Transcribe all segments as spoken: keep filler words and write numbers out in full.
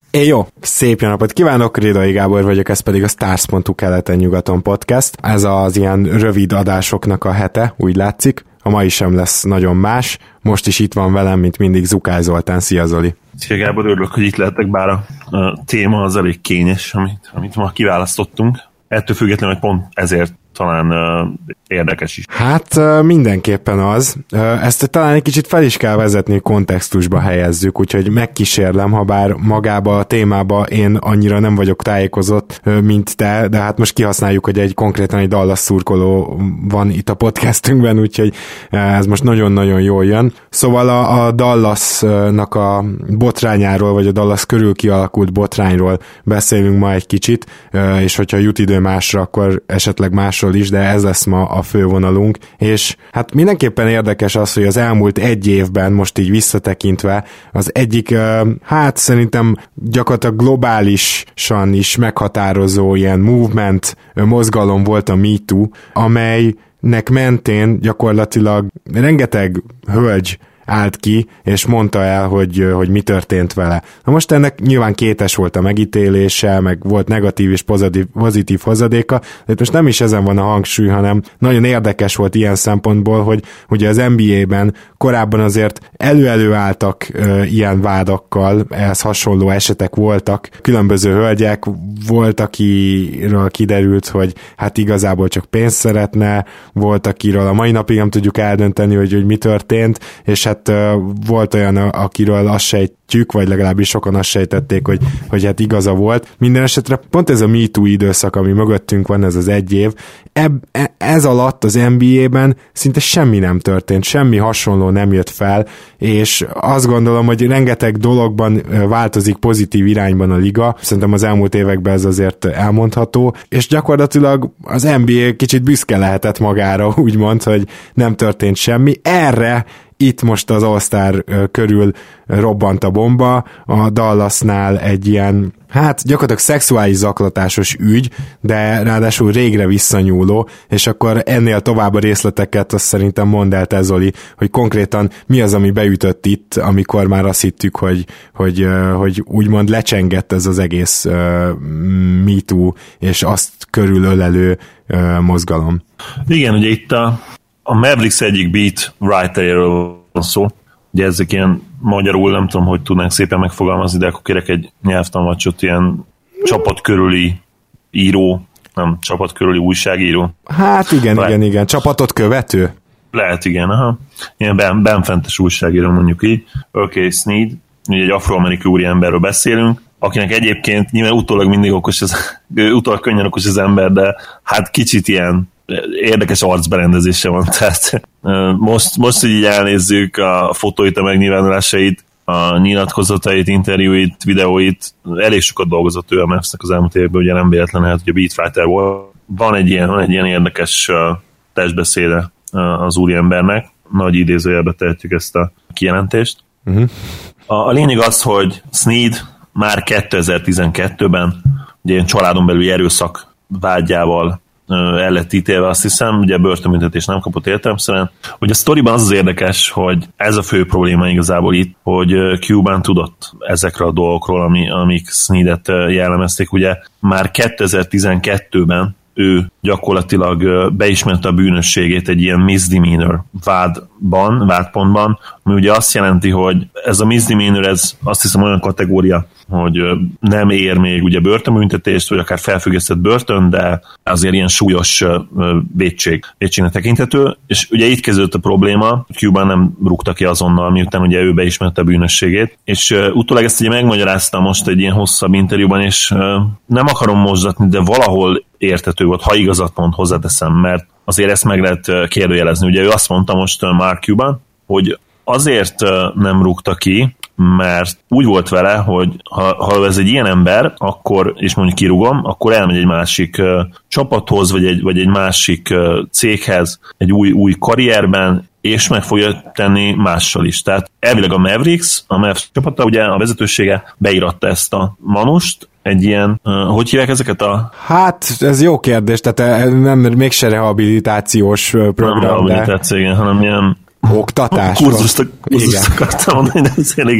É, jó, szép jó napot kívánok, Rédai Gábor vagyok, ez pedig a Stars pont hu keleten-nyugaton podcast. Ez az ilyen rövid adásoknak a hete, úgy látszik. A mai sem lesz nagyon más. Most is itt van velem, mint mindig, Zukály Zoltán. Szia, Zoli! Szia, Gábor, örülök, hogy itt lehetek, bár a, a téma az elég kényes, amit, amit ma kiválasztottunk. Ettől függetlenül, hogy pont ezért talán uh, érdekes is. Hát uh, mindenképpen az. Uh, ezt talán egy kicsit fel is kell vezetni, kontextusba helyezzük, úgyhogy megkísérlem, ha bár magába a témába én annyira nem vagyok tájékozott, uh, mint te, de hát most kihasználjuk, hogy egy konkrétan egy Dallas szurkoló van itt a podcastünkben, úgyhogy uh, ez most nagyon-nagyon jól jön. Szóval a, a Dallasnak a botrányáról, vagy a Dallas körül kialakult botrányról beszélünk ma egy kicsit, uh, és hogyha jut idő másra, akkor esetleg másról is, de ez lesz ma a fővonalunk, és hát mindenképpen érdekes az, hogy az elmúlt egy évben, most így visszatekintve, az egyik, hát szerintem gyakorlatilag globálisan is meghatározó ilyen movement, mozgalom volt a MeToo, amelynek mentén gyakorlatilag rengeteg hölgy állt ki, és mondta el, hogy, hogy mi történt vele. Na most ennek nyilván kétes volt a megítélése, meg volt negatív és pozitív, pozitív hozadéka, de most nem is ezen van a hangsúly, hanem nagyon érdekes volt ilyen szempontból, hogy ugye az en bé á-ben korábban azért elő-elő álltak ö, ilyen vádakkal, ehhez hasonló esetek voltak. Különböző hölgyek, volt, akiről kiderült, hogy hát igazából csak pénzt szeretne, volt, akiről a mai napig nem tudjuk eldönteni, hogy, hogy mi történt, és hát volt olyan, akiről azt sejtjük, vagy legalábbis sokan azt sejtették, hogy, hogy hát igaza volt. Minden esetre pont ez a MeToo időszak, ami mögöttünk van, ez az egy év, Eb, ez alatt az en bé á-ben szinte semmi nem történt, semmi hasonló nem jött fel, és azt gondolom, hogy rengeteg dologban változik pozitív irányban a liga, szerintem az elmúlt években ez azért elmondható, és gyakorlatilag az en bé á kicsit büszke lehetett magára, úgymond, hogy nem történt semmi. Erre itt most az All-Star körül robbant a bomba, a Dallasnál egy ilyen, hát gyakorlatilag szexuális zaklatásos ügy, de ráadásul régre visszanyúló, és akkor ennél tovább a részleteket azt szerintem mondd el te, Zoli, hogy konkrétan mi az, ami beütött itt, amikor már azt hittük, hogy, hogy, hogy úgymond lecsengett ez az egész uh, MeToo, és azt körülölelő uh, mozgalom. Igen, ugye itt a A Mavericks egyik beat writeréről van szó. Ugye ezek ilyen magyarul, nem tudom, hogy tudnánk szépen megfogalmazni, de akkor kérek egy nyelvtanvacsot, ilyen csapat körüli író, nem, csapat körüli újságíró. Hát igen, Lehet. igen, igen. Csapatot követő? Lehet, igen, aha. Ilyen ben, benfentes újságíró, mondjuk így. Oké, Sneed, ugye egy afroamerikai úriemberről beszélünk, akinek egyébként nyilván utólag mindig okos, az, utólag könnyen okos az ember, de hát kicsit ilyen érdekes arcberendezése van, tehát most, most így elnézzük a fotóit, a megnyilvánulásait, a nyilatkozatait, interjúit, videóit, elég sokat dolgozott ő a Mavs-nek az elmúlt években, ugye nem véletlen, hát ugye beatwriter volt. Van egy ilyen, van egy ilyen érdekes testbeszéde az úriembernek, nagy idézőjelbe tehetjük ezt a kijelentést. Uh-huh. A, a lényeg az, hogy Sneed már kétezer-tizenkettőben ugye ilyen családon belüli erőszak vágyával el lett ítélve, azt hiszem, ugye börtönbüntetés nem kapott értelemszerűen. Ugye a sztoriban az az érdekes, hogy ez a fő probléma igazából itt, hogy Cuban tudott ezekről a dolgokról, ami, amik Sneedet jellemezték. Ugye már kétezer-tizenkettőben ő gyakorlatilag beismerte a bűnösségét egy ilyen misdemeanor vádban, vádpontban, ami ugye azt jelenti, hogy ez a misdemeanor, ez azt hiszem olyan kategória, hogy nem ér még ugye börtönbüntetést, vagy akár felfüggesztett börtön, de azért ilyen súlyos vétség, vétségnek tekinthető, és ugye itt kezdődött a probléma, Cuban nem rúgta ki azonnal, miután ugye ő beismerte a bűnösségét, és utólag ezt ugye megmagyarázta most egy ilyen hosszabb interjúban, és nem akarom mozdatni, de valahol értető volt, ha igazat mond, hozzáteszem, mert azért ezt meg lehet kérdőjelezni. Ugye ő azt mondta most Mark Cuban, hogy azért nem rúgta ki, mert úgy volt vele, hogy ha, ha ez egy ilyen ember, akkor, és mondjuk kirúgom, akkor elmegy egy másik uh, csapathoz, vagy egy, vagy egy másik uh, céghez, egy új, új karrierben, és meg fogja tenni mással is. Tehát elvileg a Mavericks, a Mavs csapata, ugye a vezetősége beíratta ezt a manust, egy ilyen, uh, hogy hívják ezeket a... Hát, ez jó kérdés, tehát nem mégse rehabilitációs program, nem rehabilitáció, de... igen, hanem ilyen oktatás. Kurzust, kurzust akartam mondani, de ez elég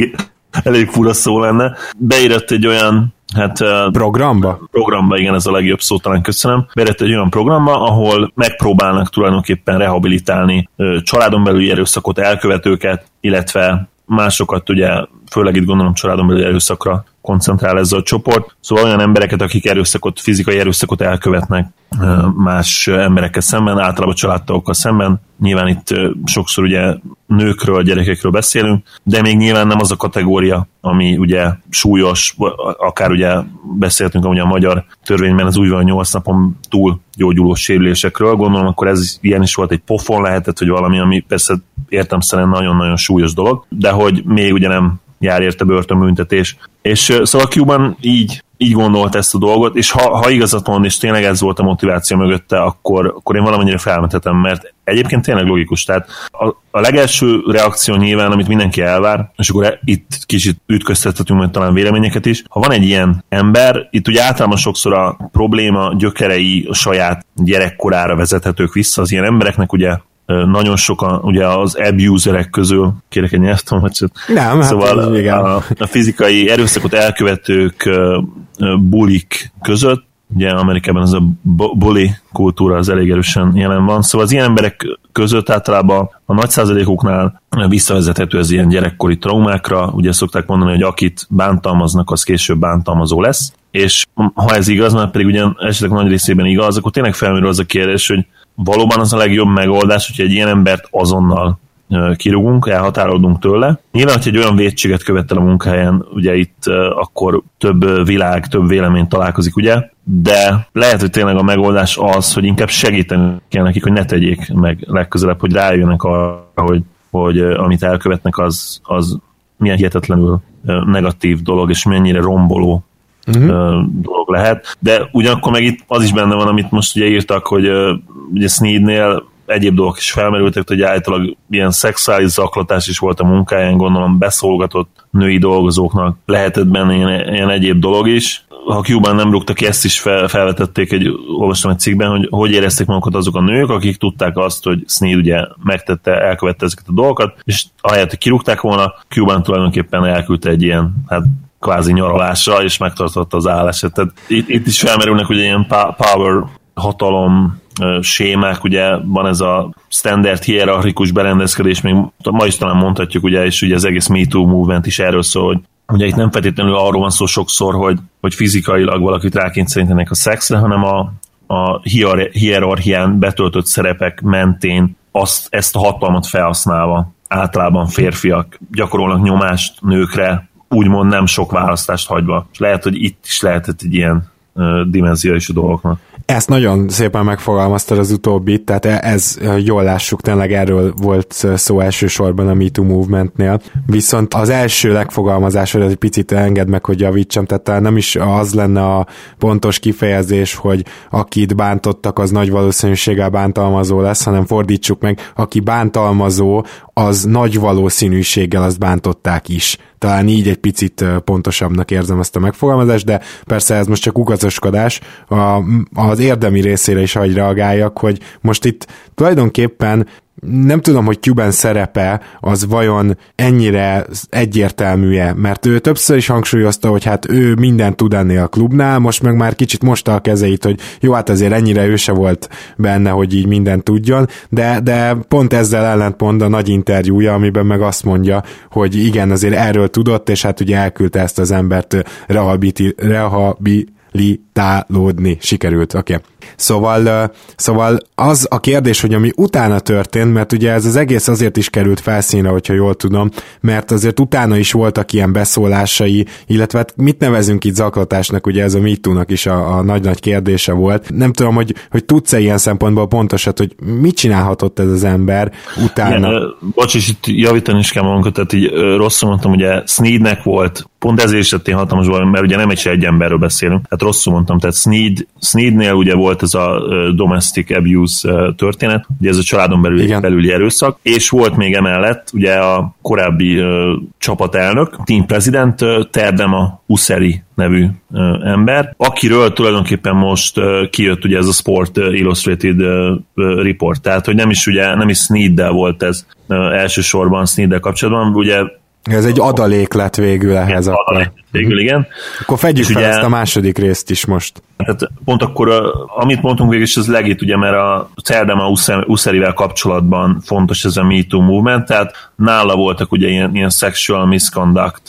elég fura szó lenne. Beírott egy olyan Hát, programba? Programba, igen, ez a legjobb szó, talán köszönöm. Beírott egy olyan programba, ahol megpróbálnak tulajdonképpen rehabilitálni családon belüli erőszakot elkövetőket, illetve másokat, ugye, főleg itt gondolom családon belüli erőszakra koncentrál ez a csoport. Szóval olyan embereket, akik erőszakot, fizikai erőszakot elkövetnek más emberekkel szemben, általában családtagokkal szemben. Nyilván itt sokszor ugye nőkről, gyerekekről beszélünk, de még nyilván nem az a kategória, ami ugye súlyos, akár ugye beszéltünk ugye a magyar törvényben, az úgy van, nyolc napon túl gyógyuló sérülésekről. Gondolom, akkor ez ilyen is volt, egy pofon lehetett, hogy valami, ami persze értelemszerűen nagyon-nagyon súlyos dolog, de hogy még ugye nem jár érte börtönbüntetés. És szóval Q-ban így, így gondolt ezt a dolgot, és ha, ha igazat mond, és tényleg ez volt a motiváció mögötte, akkor, akkor én valamennyire felmethetem, mert egyébként tényleg logikus. Tehát a, a legelső reakció nyilván, amit mindenki elvár, és akkor itt kicsit ütköztethetünk majd talán véleményeket is. Ha van egy ilyen ember, itt ugye általában sokszor a probléma gyökerei a saját gyerekkorára vezethetők vissza az ilyen embereknek, ugye nagyon sokan, ugye az abuserek közül, kérek egy nyelvtanulmányot, nem, szóval hát a, a fizikai erőszakot elkövetők bulik között, ugye Amerikában ez a bully kultúra az elég erősen jelen van, szóval az ilyen emberek között általában a nagy százalékuknál visszavezethető ez ilyen gyerekkori traumákra, ugye szokták mondani, hogy akit bántalmaznak, az később bántalmazó lesz, és ha ez igaz, mert pedig ugye esetleg nagy részében igaz, akkor tényleg felmerül az a kérdés, hogy valóban az a legjobb megoldás, hogyha egy ilyen embert azonnal kirúgunk, elhatárolunk tőle. Nyilván, hogy egy olyan vétséget követel a munkahelyen, ugye itt akkor több világ, több vélemény találkozik, ugye, de lehet, hogy tényleg a megoldás az, hogy inkább segíteni kell nekik, hogy ne tegyék meg legközelebb, hogy rájönnek arra, hogy, hogy amit elkövetnek, az, az milyen hihetetlenül negatív dolog, és mennyire romboló Uh-huh. dolog lehet, de ugyanakkor meg itt az is benne van, amit most ugye írtak, hogy ugye Sneednél egyéb dolgok is felmerültek, hogy általában ilyen szexuális zaklatás is volt a munkáján, gondolom beszolgatott női dolgozóknak lehetett benne ilyen, ilyen egyéb dolog is. Ha Q-ban nem rúgtak ki, ezt is fel, felvetették, egy, olvastam egy cikkben, hogy hogy érezték magukat azok a nők, akik tudták azt, hogy Sneed ugye megtette, elkövette ezeket a dolgokat, és ahelyett, hogy kirúgták volna, Q-ban tulajdonképpen elküldte egy ilyen, hát kvázi nyaralásra, és megtartotta az állását. Tehát itt, itt is felmerülnek ugye ilyen power, hatalom, sémák, ugye van ez a standard hierarchikus berendezkedés, még ma is talán mondhatjuk, ugye, és ugye az egész Me Too movement is erről szól, hogy ugye itt nem feltétlenül arról van szó sokszor, hogy, hogy fizikailag valakit rákényszerítenek a szexre, hanem a, a hierarchián betöltött szerepek mentén azt, ezt a hatalmat felhasználva általában férfiak gyakorolnak nyomást nőkre, úgymond nem sok választást hagyva. És lehet, hogy itt is lehetett egy ilyen uh, dimenzió is a dolgoknak. Ezt nagyon szépen megfogalmaztad az utóbbit, tehát ez jól lássuk, tényleg erről volt szó elsősorban a Me Too movementnél. Viszont az első legfogalmazásod, egy picit engedd meg, hogy javítsam, tehát nem is az lenne a pontos kifejezés, hogy akit bántottak, az nagy valószínűséggel bántalmazó lesz, hanem fordítsuk meg, aki bántalmazó, az nagy valószínűséggel azt bántották is. Talán így egy picit pontosabbnak érzem ezt a megfogalmazást, de persze ez most csak ugazoskodás. A, az érdemi részére is hagy reagáljak, hogy most itt tulajdonképpen nem tudom, hogy Cuban szerepe az vajon ennyire egyértelmű-e, mert ő többször is hangsúlyozta, hogy hát ő mindent tud ennél a klubnál, most meg már kicsit mosta a kezeit, hogy jó, hát azért ennyire ő se volt benne, hogy így mindent tudjon, de, de pont ezzel ellentmond a nagy interjúja, amiben meg azt mondja, hogy igen, azért erről tudott, és hát ugye elküldte ezt az embert rehabiti, rehabi litálódni. Sikerült, oké. Okay. Szóval, szóval az a kérdés, hogy ami utána történt, mert ugye ez az egész azért is került felszínre, hogyha jól tudom, mert azért utána is voltak ilyen beszólásai, illetve mit nevezünk itt zaklatásnak, ugye ez a Me Too-nak is a, a nagy-nagy kérdése volt. Nem tudom, hogy, hogy tudsz-e ilyen szempontból pontosat, hogy mit csinálhatott ez az ember utána? Igen, bocs, és itt javítani is kell magunkat, tehát így rosszul mondtam, ugye Sneednek volt, pont ezért is én hatalmas volt, mert ugye nem egy, egy emberről beszélünk, tehát rosszul mondtam, tehát Sneed, Sneednél ugye volt ez a domestic abuse történet, ugye ez a családon belüli, belüli erőszak, és volt még emellett ugye a korábbi uh, csapatelnök, team president, uh, Terdema Uszeri nevű uh, ember, akiről tulajdonképpen most uh, kijött ugye ez a Sport uh, Illustrated uh, uh, report, tehát hogy nem is ugye, nem is Sneeddel volt ez uh, elsősorban Sneeddel kapcsolatban, ugye Ez egy adalék lett végül ehhez. Igen, akkor. Adalék végül, igen. Akkor fedjük fel ugye, ezt a második részt is most. Tehát pont akkor, amit mondtunk végül is, az legit, ugye, mert a Cerdema Uszerivel kapcsolatban fontos ez a Me Too movement, tehát nála voltak ugye ilyen, ilyen sexual misconduct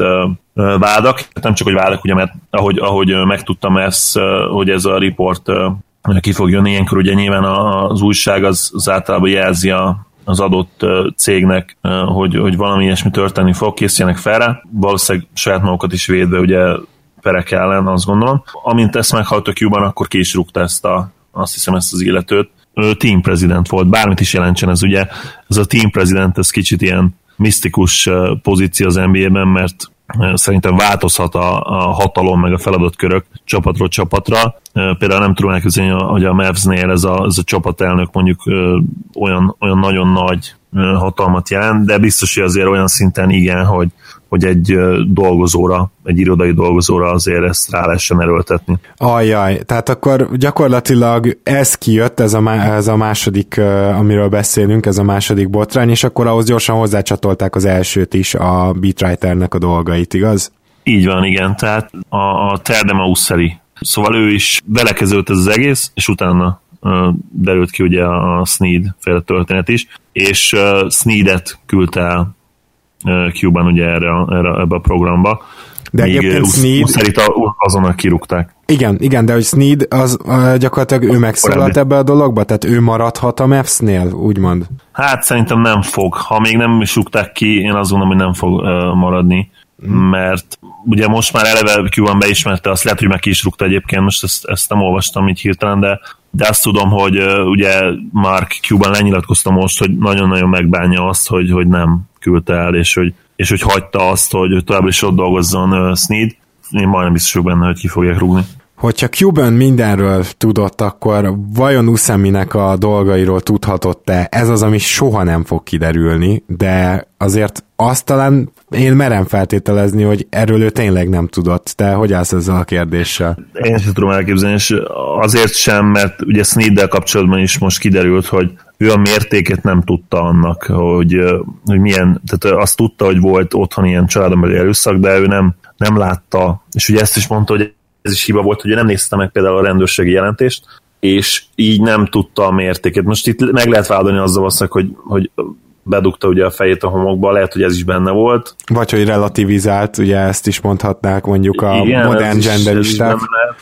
vádak, nem csak hogy vádak, ugye, mert ahogy, ahogy megtudtam ezt, hogy ez a report ki fog jönni, ilyenkor ugye nyilván az újság az, az általában jelzi a az adott cégnek, hogy, hogy valami ilyesmi történni fog, készüljenek fel rá, valószínűleg saját magukat is védve ugye perek ellen, azt gondolom. Amint ezt meghallottak Q-ban, akkor ki is rúgta ezt a, azt hiszem ezt az illetőt. Team president volt, bármit is jelentsen ez ugye, ez a team president, ez kicsit ilyen misztikus pozíció az en bé á-ben, mert szerintem változhat a, a hatalom meg a feladatkörök csapatról csapatra. Például nem tudom elképzelni, hogy a Mavs-nél ez a, ez a csapatelnök mondjuk olyan, olyan nagyon nagy hatalmat jelent, de biztos, hogy azért olyan szinten igen, hogy, hogy egy dolgozóra, egy irodai dolgozóra azért ezt rá lehessen erőltetni. Ajjaj, tehát akkor gyakorlatilag ez kijött, ez a, má, ez a második, amiről beszélünk, ez a második botrány, és akkor ahhoz gyorsan hozzácsatolták az elsőt is, a beatwriternek a dolgait, igaz? Így van, igen, tehát a, a Cerdema Uszeri. Szóval ő is belekezült ez az egész, és utána uh, derült ki ugye a Sneed féle történet is, és uh, Sneedet küldte el uh, Q-ban ugye erre, erre, ebbe a programba. De egyébként Sneed... Uszerit azonnal kirúgták. Igen, igen, de hogy Sneed az uh, gyakorlatilag ő megszólalt ebbe a dologba? Tehát ő maradhat a Mavs-nél, úgymond? Hát szerintem nem fog. Ha még nem is rúgták ki, én azt gondolom, hogy nem fog uh, maradni. Mert ugye most már eleve Q-ban beismerte, azt lehet, hogy meg ki is rúgta egyébként, most ezt, ezt nem olvastam így hirtelen, de, de azt tudom, hogy uh, ugye Mark Q-ban lenyilatkozta most, hogy nagyon-nagyon megbánja azt, hogy, hogy nem küldte el, és hogy, és hogy hagyta azt, hogy továbbra is ott dolgozzon uh, Sneed. Én majdnem biztos vagyok benne, hogy ki fogják rúgni. Hogyha Cuban mindenről tudott, akkor vajon Useminek a dolgairól tudhatott-e? Ez az, ami soha nem fog kiderülni, de azért azt talán én merem feltételezni, hogy erről ő tényleg nem tudott. Te hogy állsz ezzel a kérdéssel? Én sem tudom elképzelni, és azért sem, mert ugye Sneeddel kapcsolatban is most kiderült, hogy ő a mértéket nem tudta annak, hogy, hogy milyen, tehát azt tudta, hogy volt otthon ilyen családon belül erőszak, de ő nem, nem látta, és ugye ezt is mondta, hogy ez is hiba volt, hogy nem nézte meg például a rendőrségi jelentést, és így nem tudta a mértéket. Most itt meg lehet vádolni azzal azt, hogy, hogy bedugta ugye a fejét a homokba, lehet, hogy ez is benne volt. Vagy, hogy relativizált, ugye ezt is mondhatnák mondjuk a igen, modern genderisták.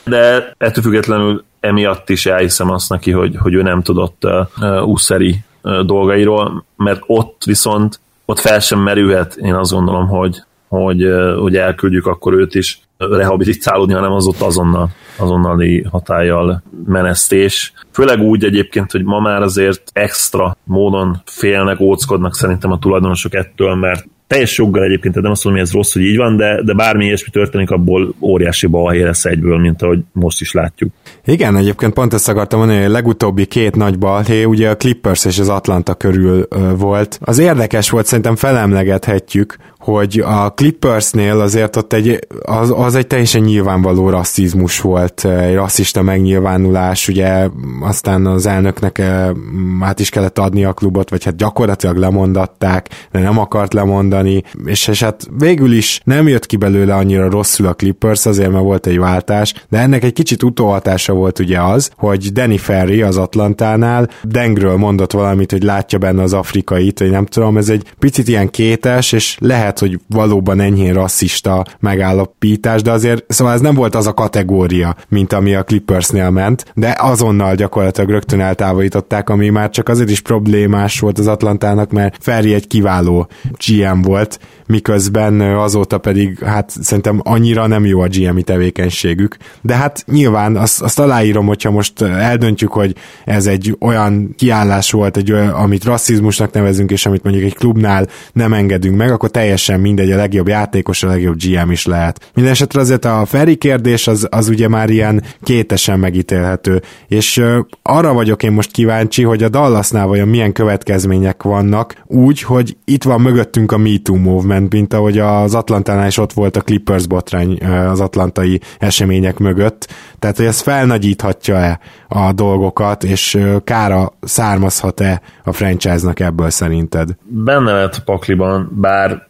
De ettől függetlenül emiatt is elhiszem azt neki, hogy, hogy ő nem tudott uh, Uszeri uh, dolgairól, mert ott viszont ott fel sem merülhet, én azt gondolom, hogy, hogy, uh, hogy elküldjük akkor őt is rehabilitálódni, hanem az ott azonnal, azonnali hatállyal menesztés. Főleg úgy egyébként, hogy ma már azért extra módon félnek, óckodnak szerintem a tulajdonosok ettől, mert teljes joggal egyébként, nem azt mondom, hogy ez rossz, hogy így van, de, de bármi ilyesmi történik, abból óriási balhé lesz egyből, mint ahogy most is látjuk. Igen, egyébként pont ezt akartam mondani, hogy a legutóbbi két nagy balhé, ugye a Clippers és az Atlanta körül ö, volt. Az érdekes volt, szerintem felemlegethetjük, hogy a Clippersnél azért ott egy, az, az egy teljesen nyilvánvaló rasszizmus volt, egy rasszista megnyilvánulás, ugye aztán az elnöknek át is kellett adni a klubot, vagy hát gyakorlatilag lemondatták, de nem akart lemondani, és, és hát végül is nem jött ki belőle annyira rosszul a Clippers, azért mert volt egy váltás, de ennek egy kicsit utóhatása volt ugye az, hogy Danny Ferry az Atlantánál Dengről mondott valamit, hogy látja benne az afrikait, vagy nem tudom, ez egy picit ilyen kétes, és lehet, hogy valóban enyhén rasszista megállapítás, de azért szóval ez nem volt az a kategória, mint ami a Clippersnél ment, de azonnal gyakorlatilag rögtön eltávolították, ami már csak azért is problémás volt az Atlantának, mert Ferry egy kiváló gé em volt, miközben azóta pedig hát szerintem annyira nem jó a gé em-i tevékenységük, de hát nyilván azt, azt aláírom, hogyha most eldöntjük, hogy ez egy olyan kiállás volt, egy olyan, amit rasszizmusnak nevezünk, és amit mondjuk egy klubnál nem engedünk meg, akkor teljesen mindegy, a legjobb játékos, a legjobb gé em is lehet. Mindenesetre azért a Ferry kérdés az, az ugye már ilyen kétesen megítélhető, és uh, arra vagyok én most kíváncsi, hogy a Dallasnál vajon milyen következmények vannak, úgy, hogy itt van mögöttünk a Me Too movement, mint ahogy az Atlantánál is ott volt a Clippers botrány az atlantai események mögött, tehát hogy ez felnagyíthatja-e a dolgokat, és kára származhat-e a franchise-nak ebből szerinted? Benne lehet a pakliban, bár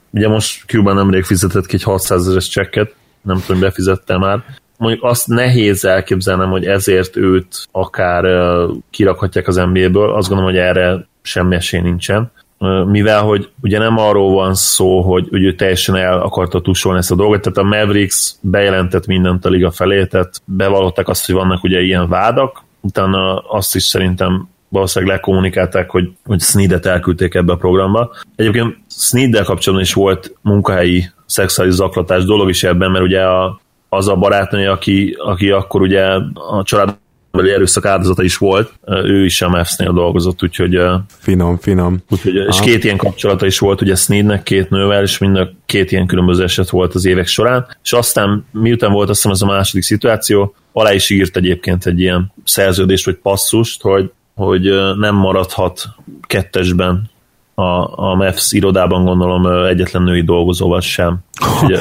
ugye most Cuban nemrég fizetett ki egy hatszázezeres csekket, nem tudom, befizette már. Mondjuk azt nehéz elképzelnem, hogy ezért őt akár uh, kirakhatják az en bé á-ből, azt gondolom, hogy erre semmi esély nincsen. Uh, mivel, hogy ugye nem arról van szó, hogy, hogy ő teljesen el akarta tusolni ezt a dolgot, tehát a Mavericks bejelentett mindent a liga felé, tehát bevallották azt, hogy vannak ugye ilyen vádak, utána azt is szerintem valószínűleg lekommunikálták, hogy, hogy Sneadet elküldték ebbe a programba. Egyébként Sneaddel kapcsolatban is volt munkahelyi szexuális zaklatás dolog is ebben, mert ugye a, az a barátnő, aki, aki akkor ugye a családbeli erőszak áldozata is volt, ő is a Mavs-nél dolgozott, úgyhogy... Finom, finom. Úgyhogy, és két ilyen kapcsolata is volt ugye Sneadnek, két nővel, és mind a két ilyen különböző eset volt az évek során, és aztán miután volt azt hiszem ez a második szituáció, alá is írt egyébként egy ilyen szerződést, vagy passzust, hogy hogy nem maradhat kettesben a, a Mavs irodában, gondolom, egyetlen női dolgozóval sem. Ugye,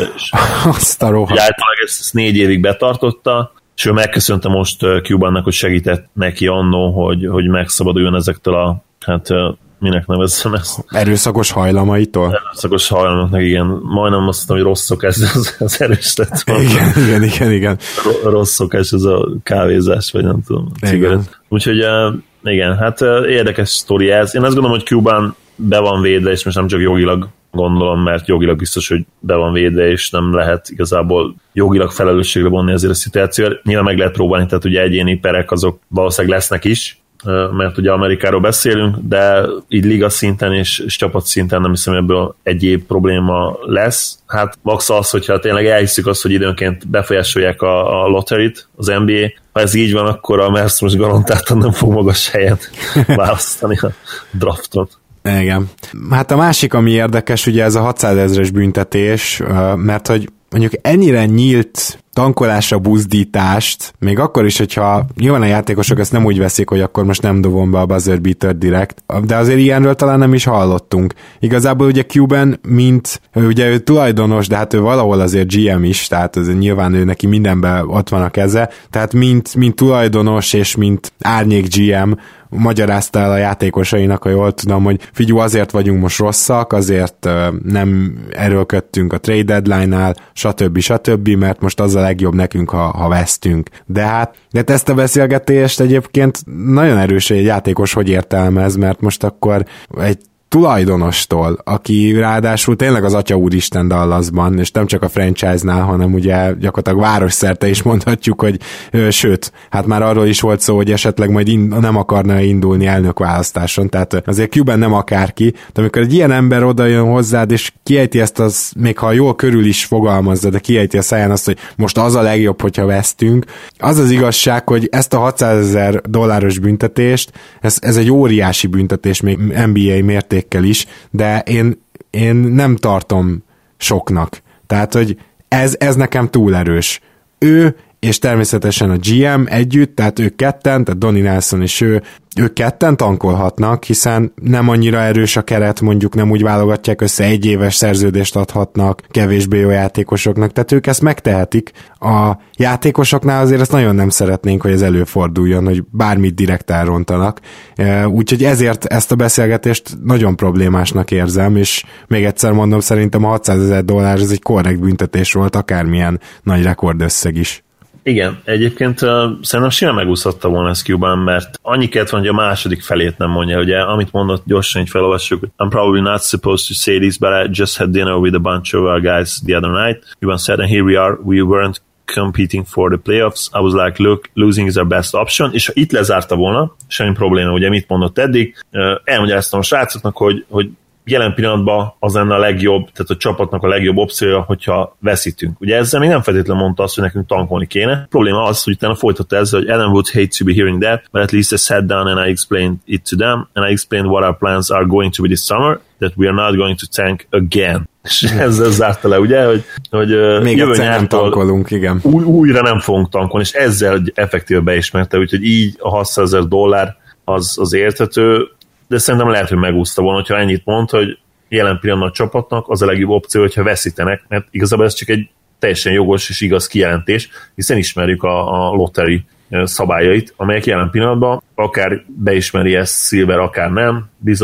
azt a rohadt. Általában ezt négy évig betartotta, és ő megköszönte most Cubannak, hogy segített neki annó, hogy, hogy megszabaduljon ezektől a, hát minek nevezzem ezt? Erőszakos hajlamaitól? Erőszakos hajlamoknak, igen. Majdnem azt mondom, hogy rossz szokás, de az, az erős lett. Igen, igen, igen, igen. Rossz szokás, ez a kávézás, vagy nem tudom. Cigaret. Úgyhogy igen, hát érdekes sztori ez. Én azt gondolom, hogy Cuban be van védve, és most nem csak jogilag gondolom, mert jogilag biztos, hogy be van védve, és nem lehet igazából jogilag felelősségre vonni ezért a szituációt. Nyilván meg lehet próbálni, tehát ugye egyéni perek azok valószínűleg lesznek is, mert ugye Amerikáról beszélünk, de így liga szinten és, és csapat szinten nem hiszem, ebből egyéb probléma lesz. Hát max az, hogyha tényleg elhiszük azt, hogy időnként befolyásolják a, a lotterit, az en bé á, ha ez így van, akkor a Mavs most garantáltan nem fog magas helyen választani a draftot. Igen. Hát a másik, ami érdekes, ugye ez a hatszázezres büntetés, mert hogy mondjuk ennyire nyílt tankolásra buzdítást, még akkor is, hogyha nyilván a játékosok ezt nem úgy veszik, hogy akkor most nem dobom be a buzzer beater direkt, de azért ilyenről talán nem is hallottunk. Igazából ugye Cuban, mint ugye ő tulajdonos, de hát ő valahol azért gé em is, tehát azért nyilván ő neki mindenben ott van a keze, tehát mint, mint tulajdonos és mint árnyék gé em magyarázta el a játékosainak, ha jól tudom, hogy figyú, azért vagyunk most rosszak, azért uh, nem erőlködtünk a trade deadline-nál, stb. stb., mert most az a legjobb nekünk, ha, ha vesztünk. De hát, de ezt a beszélgetést egyébként nagyon erős, hogy egy játékos hogy értelmez, mert most akkor egy tulajdonostól, aki ráadásul tényleg az Atya Úristen Dallasban, és nem csak a franchise-nál, hanem ugye gyakorlatilag városszerte is mondhatjuk, hogy ö, sőt, hát már arról is volt szó, hogy esetleg majd in- nem akarna indulni elnökválasztáson, tehát azért Cuban nem akárki, de amikor egy ilyen ember oda jön hozzád, és kiejti ezt, az, még ha jól körül is fogalmazza, de kiejti a száján azt, hogy most az a legjobb, hogyha vesztünk, az az igazság, hogy ezt a hatszázezer dolláros büntetést, ez, ez egy óriási büntetés még en bé á mérték is, de én, én nem tartom soknak. Tehát, hogy ez, ez nekem túl erős. Ő és természetesen a gé em együtt, tehát ők ketten, tehát Donnie Nelson és ő, ők ketten tankolhatnak, hiszen nem annyira erős a keret, mondjuk nem úgy válogatják össze, egy éves szerződést adhatnak kevésbé jó játékosoknak, tehát ők ezt megtehetik. A játékosoknál azért ezt nagyon nem szeretnénk, hogy ez előforduljon, hogy bármit direkt elrontanak. Úgyhogy ezért ezt a beszélgetést nagyon problémásnak érzem, és még egyszer mondom, szerintem a hatszázezer dollár ez egy korrekt büntetés volt, akármilyen nagy rekordösszeg is. Igen, egyébként uh, szerintem simán megúszhatta volna ezt Cuban, mert annyi kellett van, hogy a második felét nem mondja, ugye, amit mondott, gyorsan így felolvassuk. I'm probably not supposed to say this, but I just had dinner with a bunch of our guys the other night. Cuban said, and here we are, we weren't competing for the playoffs. I was like, look, losing is our best option, és ha itt lezárta volna, semmi probléma, ugye mit mondott eddig, uh, elmagyaráztam a srácoknak, hogy, hogy jelen pillanatban az lenne a legjobb, tehát a csapatnak a legjobb opciója, hogyha veszítünk. Ugye ezzel még nem feltétlenül mondta azt, hogy nekünk tankolni kéne. A probléma az, hogy utána folytatta ezzel, hogy Adam would hate to be hearing that, but at least I sat down and I explained it to them, and I explained what our plans are going to be this summer, that we are not going to tank again. És ezzel zárta le, ugye, hogy, hogy még jövő nem tankolunk, igen. Új, újra nem fogunk tankolni, és ezzel effektíve beismerte, úgyhogy így a hatszázezer dollár az, az érthető, de szerintem lehet, hogy megúszta volna, hogyha ennyit mond, hogy jelen pillanatban a csapatnak az a legjobb opció, hogyha veszítenek, mert igazából ez csak egy teljesen jogos és igaz kijelentés, hiszen ismerjük a, a lottery szabályait, amelyek jelen pillanatban akár beismeri ezt Silver, akár nem, bizony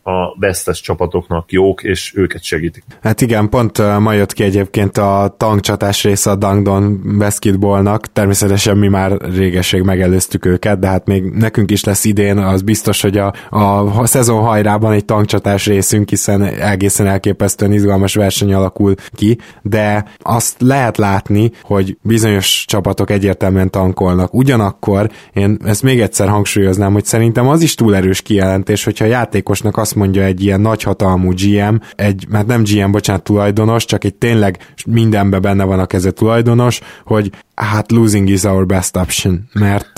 a vesztes csapatoknak jók, és őket segítik. Hát igen, pont ma jött ki egyébként a tankcsatás része a Dunkdon basketballnak, természetesen mi már régeség megelőztük őket, de hát még nekünk is lesz idén, az biztos, hogy a, a szezon hajrában egy tankcsatás részünk, hiszen egészen elképesztően izgalmas verseny alakul ki, de azt lehet látni, hogy bizonyos csapatok egyértelműen tankolnak. Ugyanakkor én ezt még egyszer hangsúlyoznám, hogy szerintem az is túl erős kijelentés, hogyha a játékosnak azt mondja egy ilyen nagyhatalmú gé em, egy, hát nem gé em, bocsánat, tulajdonos, csak egy tényleg mindenben benne van a keze tulajdonos, hogy hát losing is our best option, mert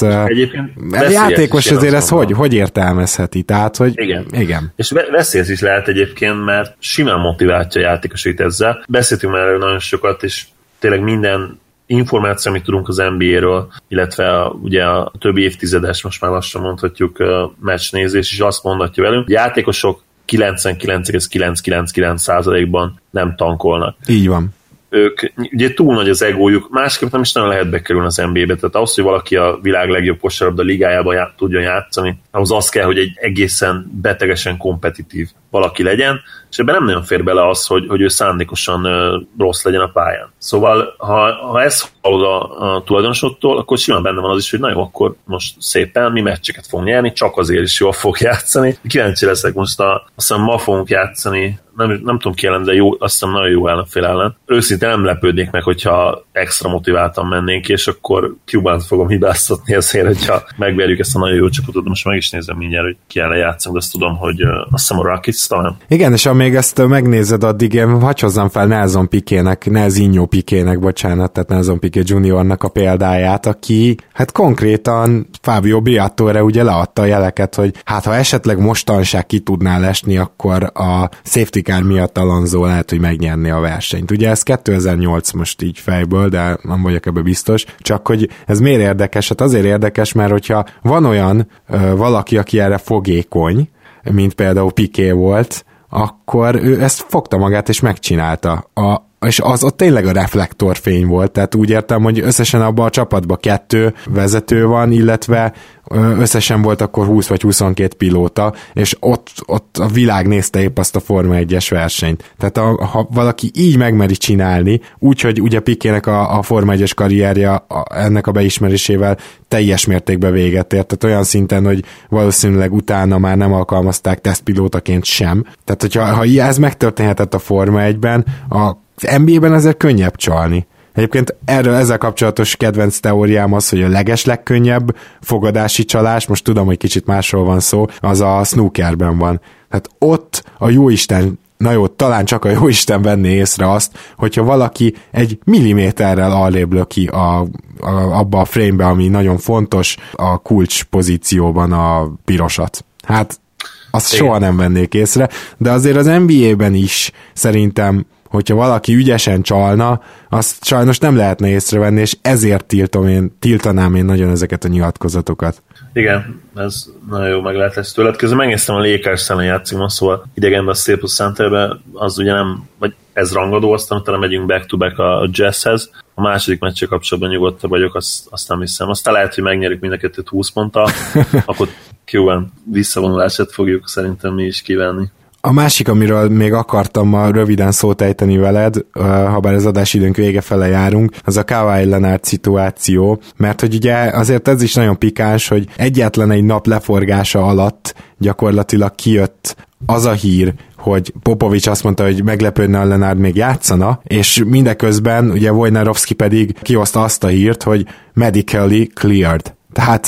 a játékos azért ezt hogy, hogy értelmezheti? Tehát, hogy igen. igen. És veszélyes is lehet egyébként, mert simán motiváltja a játékosait ezzel. Beszéltünk már nagyon sokat, és tényleg minden információ, amit tudunk az en bé á-ről, illetve a, ugye a többi évtizedes, most már lassan mondhatjuk, uh, meccsnézés is azt mondatja velünk, hogy játékosok kilencvenkilenc egész kilencszázkilencvenkilenc százalékban nem tankolnak. Így van. Ők, ugye túl nagy az egójuk, másképp nem is nagyon lehet bekerülni az en bé á-be, tehát ahhoz, hogy valaki a világ legjobb kosárlabda ligájában já- tudjon játszani, ahhoz az kell, hogy egy egészen betegesen kompetitív valaki legyen, és ebben nem nagyon fér bele az, hogy, hogy ő szándékosan uh, rossz legyen a pályán. Szóval, ha, ha ezt hallod a, a tulajdonosodtól, akkor simán benne van az is, hogy na jó, akkor most szépen mi meccseket fogunk nyerni, csak azért is jól fog játszani. Kíváncsi leszek most, a, azt hiszem ma fogunk játszani, nem, nem tudom ki ellen, de jó, azt hiszem nagyon jó ellenfél ellen. Őszintén nem lepődnék meg, hogyha extra motiváltan mennénk, és akkor Cubánt fogom hibáztatni ezért, hogyha megverjük ezt a nagyon jó csapatot, de most meg is nézem mindjárt, hogy ki ellen játszunk, de azt tudom, hogy uh, azt hiszem a Rockets talán. Igen, és amíg ezt megnézed, addig én hagy hozzám fel Nelson Piquének, Nelsinho Piquének, bocsánat, tehát Nelson Piqué juniornak a példáját, aki hát konkrétan Fabio Briatore ugye leadta a jeleket, hogy hát ha esetleg mostanság ki tudnál lesni, akkor a safety car miatt Alonso lehet, hogy megnyerni a versenyt. Ugye ez kétezer-nyolc most így fejből, de nem vagyok ebbe biztos, csak hogy ez miért érdekes? Hát azért érdekes, mert hogyha van olyan ö, valaki, aki erre fogékony, mint például Piqué volt, akkor ő ezt fogta magát és megcsinálta. A, és az ott tényleg a reflektorfény volt, tehát úgy értem, hogy összesen abban a csapatban kettő vezető van, illetve összesen volt akkor húsz vagy huszonkét pilóta, és ott, ott a világ nézte épp azt a Forma egyes versenyt. Tehát a, ha valaki így megmeri csinálni, úgyhogy ugye Piquének a, a Forma egyes karrierje a, ennek a beismerésével teljes mértékben véget ért, tehát olyan szinten, hogy valószínűleg utána már nem alkalmazták tesztpilótaként sem. Tehát hogyha ha ez megtörténhetett a Forma egyben, a az en bé á-ben azért könnyebb csalni. Egyébként erről ezzel kapcsolatos kedvenc teóriám az, hogy a leges legkönnyebb fogadási csalás, most tudom, hogy kicsit másról van szó, az a snookerben van. Tehát ott a jóisten, na jó, talán csak a jóisten venné észre azt, hogyha valaki egy milliméterrel arrébb löki a, a, abba a frame-be, ami nagyon fontos, a kulcs pozícióban a pirosat. Hát azt igen, soha nem vennék észre, de azért az en bé á-ben is szerintem, hogyha valaki ügyesen csalna, azt sajnos nem lehetne észrevenni, és ezért tiltom én, tiltanám én nagyon ezeket a nyilatkozatokat. Igen, ez nagyon jó meglátás tőled. Közben megnéztem a Lakers ellen játszik ma, szóval idegenben a Staples Centerben, az ugye nem, vagy ez rangadó, aztán utána megyünk back-to-back a Jazzhez. A második meccsel kapcsolatban nyugodtabb vagyok, azt, azt nem hiszem. Aztán lehet, hogy megnyerjük mind a kettőt húsz ponttal, akkor Q-ben visszavonulását fogjuk szerintem mi is kívánni. A másik, amiről még akartam ma röviden szót ejteni veled, ha bár az adásidőnk vége fele járunk, az a Kawhi Leonard szituáció, mert hogy ugye azért ez is nagyon pikáns, hogy egyetlen egy nap leforgása alatt gyakorlatilag kijött az a hír, hogy Popovics azt mondta, hogy meglepődne, a Leonard még játszana, és mindeközben ugye Wojnarowski pedig kihozta azt a hírt, hogy medically cleared. Tehát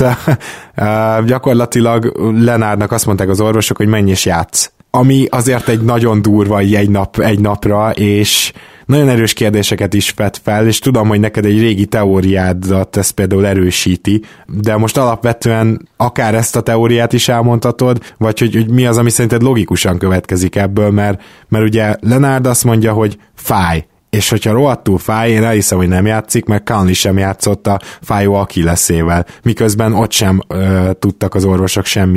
uh, gyakorlatilag Leonardnak azt mondták az orvosok, hogy menj és játsz. Ami azért egy nagyon durva egy, nap, egy napra, és nagyon erős kérdéseket is vet fel, és tudom, hogy neked egy régi teóriádat ez például erősíti, de most alapvetően akár ezt a teóriát is elmondhatod, vagy hogy, hogy mi az, ami szerinted logikusan következik ebből, mert, mert ugye Leonard azt mondja, hogy fáj, és hogyha rohadtul fáj, én elhiszem, hogy nem játszik, mert Conley sem játszott a fájó Achilleszével, miközben ott sem ö, tudtak az orvosok semmilyen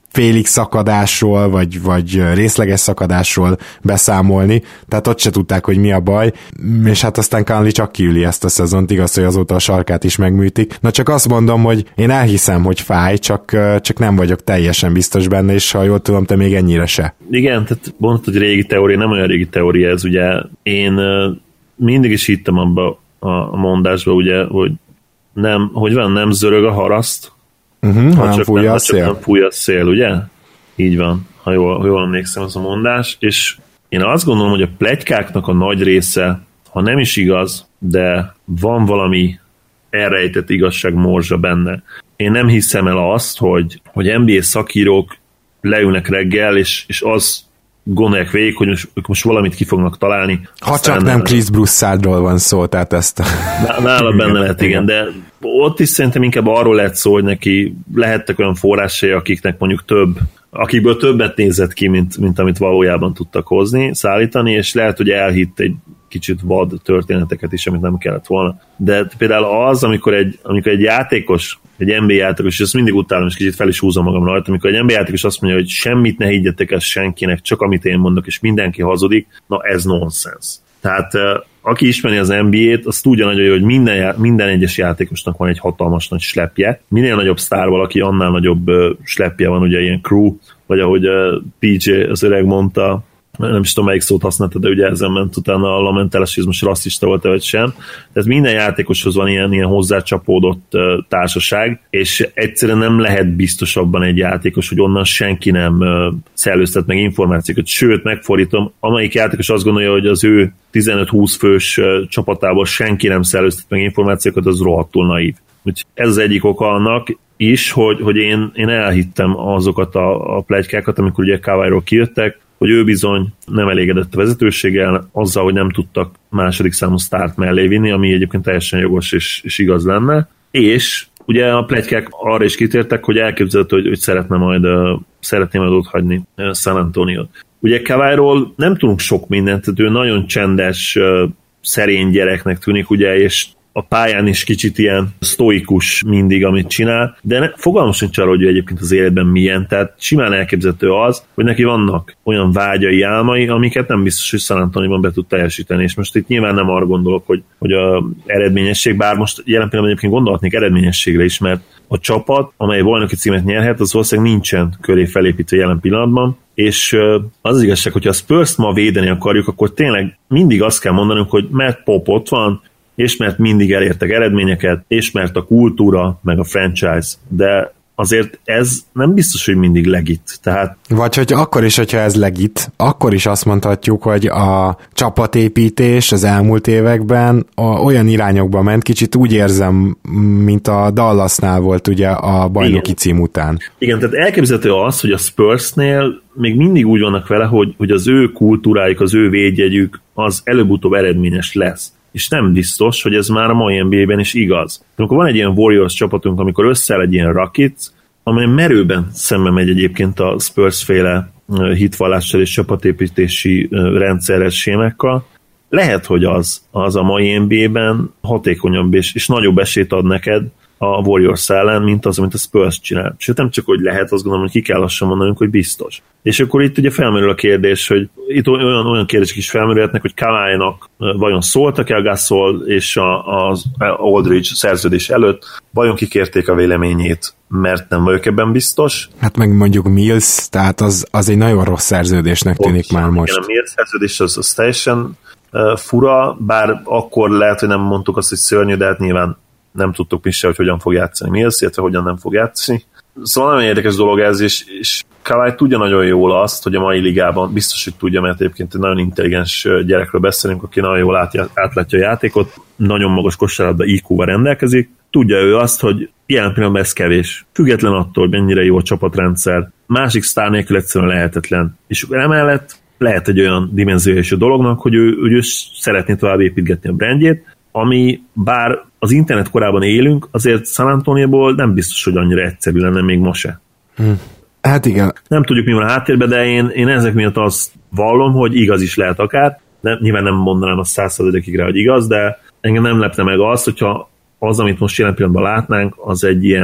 félig szakadásról, vagy, vagy részleges szakadásról beszámolni, tehát ott se tudták, hogy mi a baj, és hát aztán Conley csak kiüli ezt a szezont, igaz, hogy azóta a sarkát is megműtik. Na csak azt mondom, hogy én elhiszem, hogy fáj, csak, csak nem vagyok teljesen biztos benne, és ha jól tudom, te még ennyire se. Igen, tehát mondtad, hogy régi teória, nem olyan régi teória ez, ugye én mindig is hittem abba a mondásba, ugye, hogy nem, hogy van, nem zörög a haraszt, Uh-huh, ha nem csak fújja nem, a ha csak szél. nem fúj a szél, ugye? Így van, ha jól, ha jól emlékszem az a mondás, és én azt gondolom, hogy a pletykáknak a nagy része, ha nem is igaz, de van valami elrejtett igazság morzsa benne. Én nem hiszem el azt, hogy, hogy en bé á szakírók leülnek reggel, és, és az gondolják végig, hogy most, ők most valamit ki fognak találni. Ha csak nem Chris Broussardról van szó, tehát ezt a... Nála benne lehet, igen, de ott is szerintem inkább arról lehet szó, hogy neki lehettek olyan forrásai, akiknek mondjuk több, akikből többet nézett ki, mint, mint amit valójában tudtak hozni, szállítani, és lehet, hogy elhitt egy kicsit vad történeteket is, amit nem kellett volna. De például az, amikor egy, amikor egy játékos, egy en bé á játékos, és ezt mindig utálom, és kicsit fel is húzom magam rajta, amikor egy en bé á játékos azt mondja, hogy semmit ne higgyetek el senkinek, csak amit én mondok, és mindenki hazudik, na ez nonsens. Tehát aki ismeri az en bé á-t, az tudja nagyon, hogy minden, minden egyes játékosnak van egy hatalmas nagy slepje. Minél nagyobb sztár valaki, annál nagyobb slepje van, ugye ilyen crew, vagy ahogy pé jé az öreg mondta, nem is tudom, melyik szót használta, de ugye ezen ment utána a lamentális, hogy most rasszista volt-e, vagy sem. Tehát minden játékoshoz van ilyen, ilyen hozzácsapódott uh, társaság, és egyszerűen nem lehet biztosabban egy játékos, hogy onnan senki nem uh, szellőztet meg információkat. Sőt, megfordítom, amelyik játékos azt gondolja, hogy az ő tizenöt-húsz fős uh, csapatából senki nem szellőztet meg információkat, az rohadtul naív. Úgyhogy ez az egyik oka annak is, hogy, hogy én, én elhittem azokat a, a pletykákat, amikor ugye Kawhiról kijöttek, hogy ő bizony nem elégedett a vezetőséggel, azzal, hogy nem tudtak második számú sztárt mellé vinni, ami egyébként teljesen jogos és, és igaz lenne. És ugye a pletykák arra is kitértek, hogy elképzelhető, hogy, hogy szeretne majd, uh, szeretné majd otthagyni uh, San Antoniót. Ugye Kawhiról nem tudunk sok mindent, tehát ő nagyon csendes, uh, szerény gyereknek tűnik, ugye, és a pályán is kicsit ilyen sztoikus mindig, amit csinál, de ne, fogalmam sincs arra, hogy ő egyébként az életben milyen, tehát simán elképzelhető az, hogy neki vannak olyan vágyai, álmai, amiket nem biztos, hogy San Antonióban be tud teljesíteni, és most itt nyilván nem arra gondolok, hogy, hogy a eredményesség, bár most jelen pillanatban egyébként gondolhatnék eredményességre is, mert a csapat, amely bajnoki címet nyerhet, az valószínűleg nincsen köré felépítve jelen pillanatban, és az az igazság, hogyha a Spurs-t ma védeni akarjuk, akkor tényleg mindig azt kell mondanunk, hogy mert Pop ott van, és mert mindig elértek eredményeket, és mert a kultúra, meg a franchise, de azért ez nem biztos, hogy mindig legit. Tehát... Vagy hogy akkor is, hogyha ez legit, akkor is azt mondhatjuk, hogy a csapatépítés az elmúlt években a, olyan irányokba ment, kicsit úgy érzem, mint a Dallasnál volt ugye a bajnoki Igen. cím után. Igen, tehát elképzelhető az, hogy a Spursnél még mindig úgy vannak vele, hogy, hogy az ő kultúrájuk, az ő védjegyük az előbb-utóbb eredményes lesz. És nem biztos, hogy ez már a mai en bé á-ben is igaz. Amikor van egy ilyen Warriors csapatunk, amikor összeáll egy ilyen Rockets, amely merőben szembe megy egyébként a Spurs-féle hitvallással és csapatépítési rendszeres sémákkal, lehet, hogy az, az a mai en bé á-ben hatékonyabb és, és nagyobb esélyt ad neked a Warriors ellen, mint az, amit a Spurs csinál. Sőt, nem csak, hogy lehet, azt gondolom, hogy ki kell lassan mondanunk, hogy biztos. És akkor itt ugye felmerül a kérdés, hogy itt olyan, olyan kérdések is felmerülhetnek, hogy Kawhinak vajon szóltak el Gasol és az Aldridge szerződés előtt, vajon kikérték a véleményét, mert nem vagyok ebben biztos. Hát meg mondjuk Mills, tehát az, az egy nagyon rossz szerződésnek tűnik Ott, már most. Igen, a Mills szerződés az, az teljesen uh, fura, bár akkor lehet, hogy nem mondtuk azt, hogy szörnyű, de hát nyilván nem tudtuk mi se, hogy hogyan fog játszani Mills, illetve hogyan nem fog játszani. Szóval nagyon érdekes dolog ez, és, és Kawhi tudja nagyon jól azt, hogy a mai ligában biztos, hogy tudja, mert egyébként egy nagyon intelligens gyerekről beszélünk, aki nagyon jól át, átlátja a játékot, nagyon magas kosárlabda í kú-val rendelkezik. Tudja ő azt, hogy ilyen pillanatban ez kevés. Független attól, hogy mennyire jó a csapatrendszer. Másik sztár nélkül egyszerűen lehetetlen. És emellett lehet egy olyan dimenziója is a dolognak, hogy ő, hogy ő szeretné tovább építgetni a brandjét, ami bár az internet korában élünk, azért San Antonióból nem biztos, hogy annyira egyszerű lenne még ma se. Hm. Hát igen. Nem tudjuk, mi van a háttérben, de én, én ezek miatt azt vallom, hogy igaz is lehet akár. De nyilván nem mondanám a száz százalékig rá, hogy igaz, de engem nem lepne meg az, hogyha az, amit most jelen pillanatban látnánk, az egy ilyen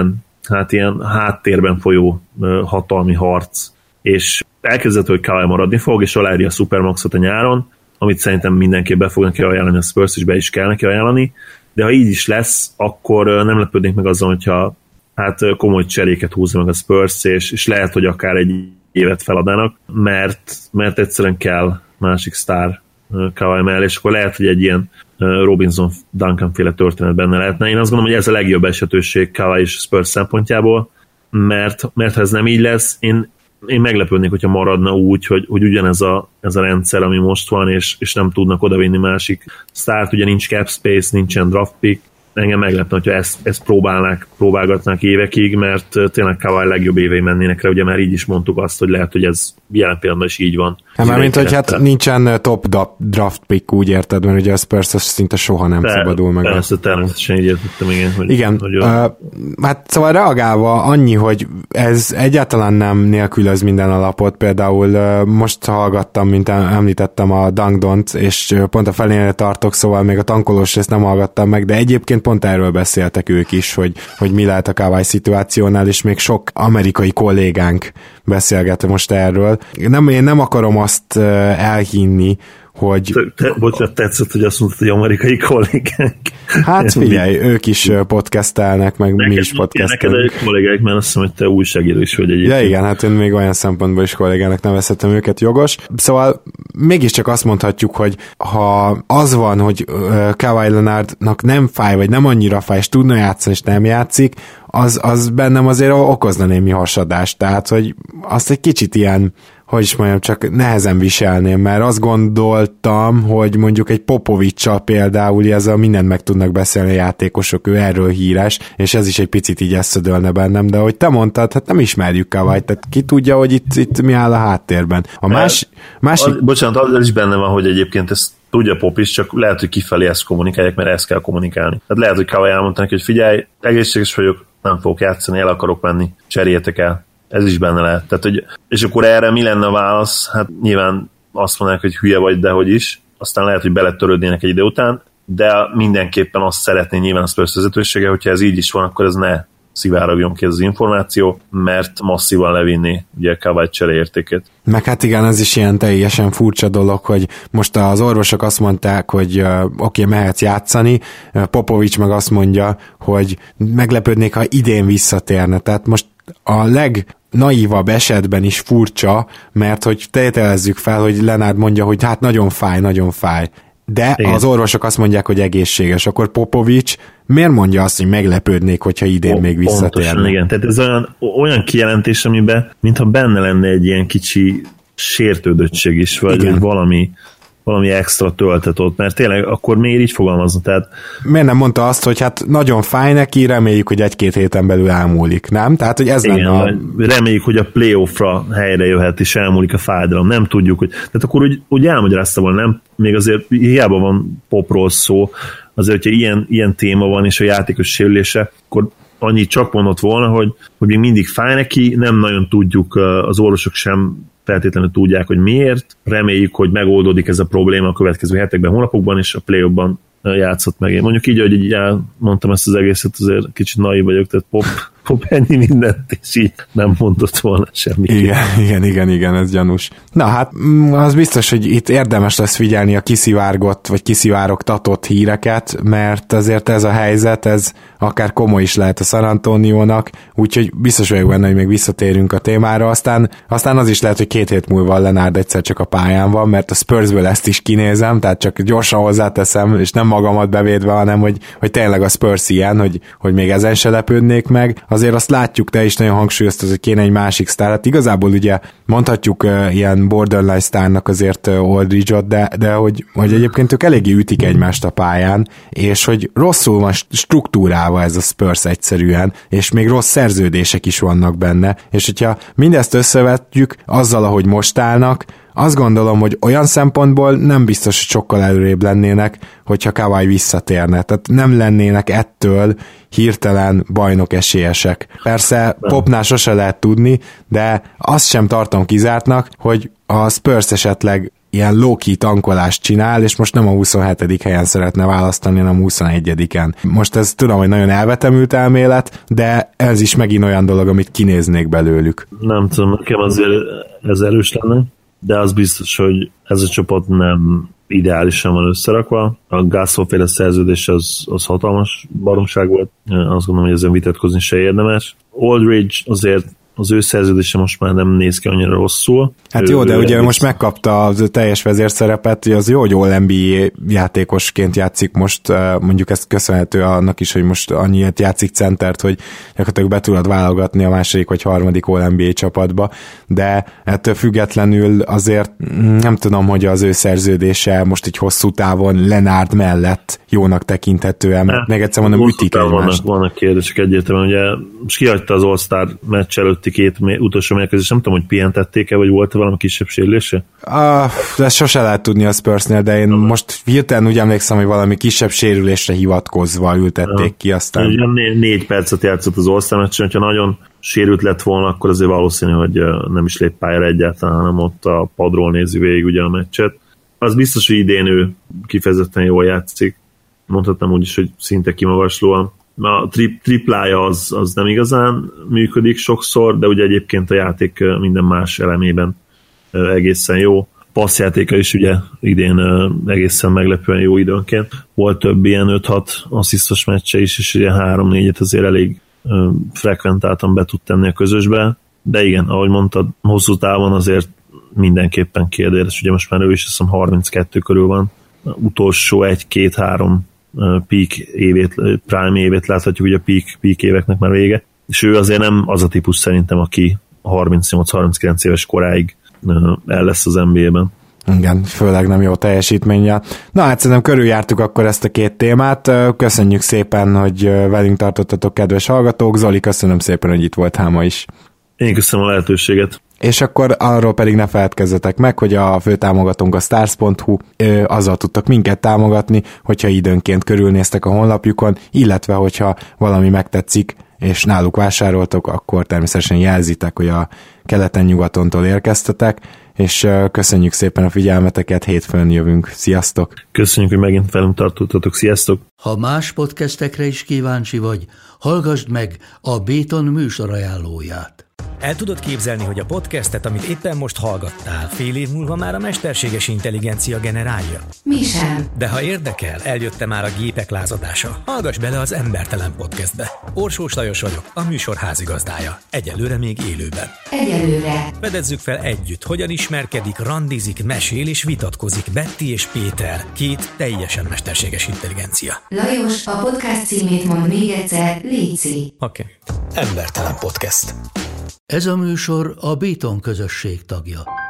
hát ilyen háttérben folyó hatalmi harc, és elkezdett, hogy Kawhi maradni fog, és aláírja a Supermaxot a nyáron, amit szerintem mindenképp be fog neki ajánlani, a Spurs is be is kell neki ajánlani, de ha így is lesz, akkor nem lepődnék meg azzal, hogyha hát komoly cseréket húzza meg a Spurs, és, és lehet, hogy akár egy évet feladnának, mert, mert egyszerűen kell másik sztár Kawhi mellé, és akkor lehet, hogy egy ilyen Robinson Duncan féle történet benne lehetne. Én azt gondolom, hogy ez a legjobb esetőség Kawhi és Spurs szempontjából, mert, mert ha ez nem így lesz, én, én meglepődnék, hogyha maradna úgy, hogy, hogy ugyanez a, ez a rendszer, ami most van, és, és nem tudnak odavinni másik sztárt, ugye nincs cap space, nincsen draft pick, engem meglepne, hogyha ezt, ezt próbálnák, próbálgatnák évekig, mert tényleg Kawhi legjobb évei mennének rá, ugye már így is mondtuk azt, hogy lehet, hogy ez jelen pillanatban is így van. Hát már mint hogy hát nincsen top draft pick, úgy érted, mert ugye a Spurs szinte soha nem De, szabadul meg. Persze, természetesen így értettem, igen. Hogy, igen, hogy uh, hát szóval reagálva annyi, hogy ez egyáltalán nem nélkülöz minden alapot, például uh, most hallgattam, mint említettem a Dunkdont, és pont a felénél tartok, szóval még a tankolós részt nem hallgattam meg, de egyébként pont erről beszéltek ők is, hogy, hogy mi lehet a Kawhi szituációnál, és még sok amerikai kollégánk beszélget most erről. Nem, én nem akarom azt elhinni, hogy... Te, te, bocsánat, tetszett, hogy azt mondtad, hogy amerikai kollégánk. Hát figyelj, ők is podcastelnek, meg neked, mi is podcastelnek. Neked egy kollégáik, mert azt hiszem, hogy te újságíró is vagy egyébként. Ja igen, hát én még olyan szempontból is kollégának nevezhetem őket, jogos. Szóval mégiscsak azt mondhatjuk, hogy ha az van, hogy Kawhi Leonardnak nem fáj, vagy nem annyira fáj, és tudna játszani, és nem játszik, az, az bennem azért okozna némi hasadást. Tehát, hogy azt egy kicsit ilyen, hogy is mondjam, csak nehezen viselném, mert azt gondoltam, hogy mondjuk egy Popovics-sal például ezzel mindent meg tudnak beszélni a játékosok, ő erről híres, és ez is egy picit így eszödölne bennem, de ahogy te mondtad, hát nem ismerjük Kawhi, tehát ki tudja, hogy itt, itt mi áll a háttérben. A más, másik... Az, bocsánat, az is benne van, hogy egyébként ezt tudja Pop is, csak lehet, hogy kifelé ezt kommunikálják, mert ezt kell kommunikálni. Tehát lehet, hogy Kawhi elmondta, hogy figyelj, egészséges vagyok, nem fogok játszani, el akarok menni, cseréljetek el. Ez is benne lehet. Tehát, hogy, és akkor erre mi lenne a válasz? Hát nyilván azt mondanák, hogy hülye vagy, de hogy is. Aztán lehet, hogy beletörődnének egy idő után, de mindenképpen azt szeretné nyilván a Spurs vezetősége, hogyha ez így is van, akkor ez ne szivárogjon ki ez az információ, mert masszívan levinni ugye Kawhi cseréértékét. Meg hát igen, ez is ilyen teljesen furcsa dolog, hogy most az orvosok azt mondták, hogy uh, oké, okay, mehetsz játszani, uh, Popovics meg azt mondja, hogy meglepődnék, ha idén visszatérne. Tehát most a legnaívabb esetben is furcsa, mert hogy tételezzük fel, hogy Leonard mondja, hogy hát nagyon fáj, nagyon fáj. De igen. Az orvosok azt mondják, hogy egészséges. Akkor Popovics miért mondja azt, hogy meglepődnék, hogyha idén o, még visszatérne? Pontosan, igen. Tehát ez olyan, olyan kijelentés, amiben mintha benne lenne egy ilyen kicsi sértődöttség is, vagy igen. valami valami extra töltet ott, mert tényleg akkor miért így fogalmazna? Tehát... Miért nem mondta azt, hogy hát nagyon fáj neki, reméljük, hogy egy-két héten belül elmúlik, nem? Tehát, hogy ez igen, lenne a... reméljük, hogy a playoffra helyre jöhet, és elmúlik a fájdalom, nem tudjuk, hogy... Tehát akkor úgy, úgy elmagyarázta volna, nem? Még azért hiába van Popról szó, azért, hogyha ilyen, ilyen téma van, és a játékos sérülése, akkor annyit csak mondott volna, hogy, hogy még mindig fáj neki, nem nagyon tudjuk, az orvosok sem feltétlenül tudják, hogy miért. Reméljük, hogy megoldódik ez a probléma a következő hetekben, hónapokban, és a play-offban játszott meg. Én mondjuk így, hogy így elmondtam ezt az egészet, azért kicsit naiv vagyok, tehát pop, pop ennyi mindent, és így nem mondott volna semmit. Igen, igen, igen, igen, ez gyanús. Na hát, az biztos, hogy itt érdemes lesz figyelni a kiszivárgott, vagy kiszivárogtatott híreket, mert azért ez a helyzet, ez akár komoly is lehet a San Antoniónak, úgyhogy biztos vagyok benne, hogy még visszatérünk a témára, aztán, aztán az is lehet, hogy két hét múlva Leonard egyszer csak a pályán van, mert a Spursből ezt is kinézem, tehát csak gyorsan hozzáteszem, és nem magamat bevédve, hanem hogy, hogy tényleg a Spurs ilyen, hogy, hogy még ezen se lepődnék meg. Azért azt látjuk, te is nagyon hangsúlyoztad, hogy kéne egy másik sztár. Hát igazából ugye mondhatjuk uh, ilyen borderline sztárnak azért uh, Aldridge-ot, de, de hogy, hogy egyébként ők eléggé ütik egymást a pályán, és hogy rosszul van struktúrálva ez a Spurs egyszerűen, és még rossz szerződések is vannak benne, és hogyha mindezt összevetjük azzal, ahogy most állnak, azt gondolom, hogy olyan szempontból nem biztos, hogy sokkal előrébb lennének, hogyha Kawhi visszatérne. Tehát nem lennének ettől hirtelen bajnok esélyesek. Persze Popnál sose lehet tudni, de azt sem tartom kizártnak, hogy a Spurs esetleg ilyen low-key tankolást csinál, és most nem a huszonhetedik helyen szeretne választani, hanem a huszonegyediken. Most ez tudom, hogy nagyon elvetemült elmélet, de ez is megint olyan dolog, amit kinéznék belőlük. Nem tudom, nekem azért ez erős lenne, de az biztos, hogy ez a csapat nem ideálisan van összerakva. A Gasol-féle szerződés az, az hatalmas baromság volt. Azt gondolom, hogy ezen vitatkozni se érdemes. Aldridge azért az ő szerződése most már nem néz ki annyira rosszul. Hát ő, jó, de ő ugye egész... most megkapta a teljes vezérszerepet, hogy az jó, hogy All en bé á játékosként játszik most, mondjuk ezt köszönhető annak is, hogy most annyit játszik centert, hogy gyakorlatilag be tudod válogatni a második vagy harmadik All en bé á csapatba, de ettől függetlenül azért nem tudom, hogy az ő szerződése most egy hosszú távon Leonard mellett jónak tekinthetően, mert még egyszer mondom, ütik egymást. Vannak, vannak kérdések egyértelműen, ugye most kihagyta az All-Star meccs előtti két utolsó mérkőzés, nem tudom, hogy pihentették-e, vagy volt-e valami kisebb sérülése? Ah, de sose lehet tudni a Spursnél, de én uh-huh. most hirtelen úgy emlékszem, hogy valami kisebb sérülésre hivatkozva ültették uh-huh. ki, aztán... Ugye né- négy percet játszott az All-Star meccsen, hogyha nagyon sérült lett volna, akkor azért valószínű, hogy nem is lép pályára egyáltalán, hanem ott a padról nézi végig ugye a meccset. Az biztos, hogy idén ő kifejezetten jól játszik. Mondhatnám úgy is, hogy szinte kimagaslóan. A tri- triplája az, az nem igazán működik sokszor, de ugye egyébként a játék minden más elemében egészen jó. Passzjátéka is ugye idén egészen meglepően jó időnként. Volt több ilyen öt-hat asszisztos meccse is, és ugye három-négyet azért elég frekventáltan be tud tenni a közösbe, de igen, ahogy mondtad, hosszú távon azért mindenképpen kérdés. Ugye most már ő is azt hiszem harminckettő körül van. Utolsó egy-két-három peak évét, prime évét láthatjuk, hogy a peak, peak éveknek már vége, és ő azért nem az a típus szerintem, aki harmincnyolc-harminckilenc éves koráig el lesz az en bé á-ben. Igen, főleg nem jó teljesítménye. Na hát szerintem körüljártuk akkor ezt a két témát. Köszönjük szépen, hogy velünk tartottatok, kedves hallgatók. Zoli, köszönöm szépen, hogy itt voltál ma is. Én köszönöm a lehetőséget. És akkor arról pedig ne feledkezzetek meg, hogy a főtámogatónk a stars pont hu, azzal tudtok minket támogatni, hogyha időnként körülnéztek a honlapjukon, illetve hogyha valami megtetszik, és náluk vásároltok, akkor természetesen jelzitek, hogy a keleten-nyugatontól érkeztetek, és köszönjük szépen a figyelmeteket, hétfőn jövünk. Sziasztok! Köszönjük, hogy megint velünk tartottatok. Sziasztok! Ha más podcastekre is kíváncsi vagy, hallgassd meg a Béton műsor ajánlóját. El tudod képzelni, hogy a podcastet, amit éppen most hallgattál, fél év múlva már a mesterséges intelligencia generálja? Mi sem. De ha érdekel, eljött már a gépek lázadása. Hallgass bele az Embertelen Podcastbe. Orsós Lajos vagyok, a műsor házigazdája. Egyelőre még élőben. Egyelőre. Fedezzük fel együtt, hogyan ismerkedik, randizik, mesél és vitatkozik Betty és Péter, két teljesen mesterséges intelligencia. Lajos, a podcast címét mond még egyszer, léci. Oké. Okay. Embertelen Podcast. Ez a műsor a Béton közösség tagja.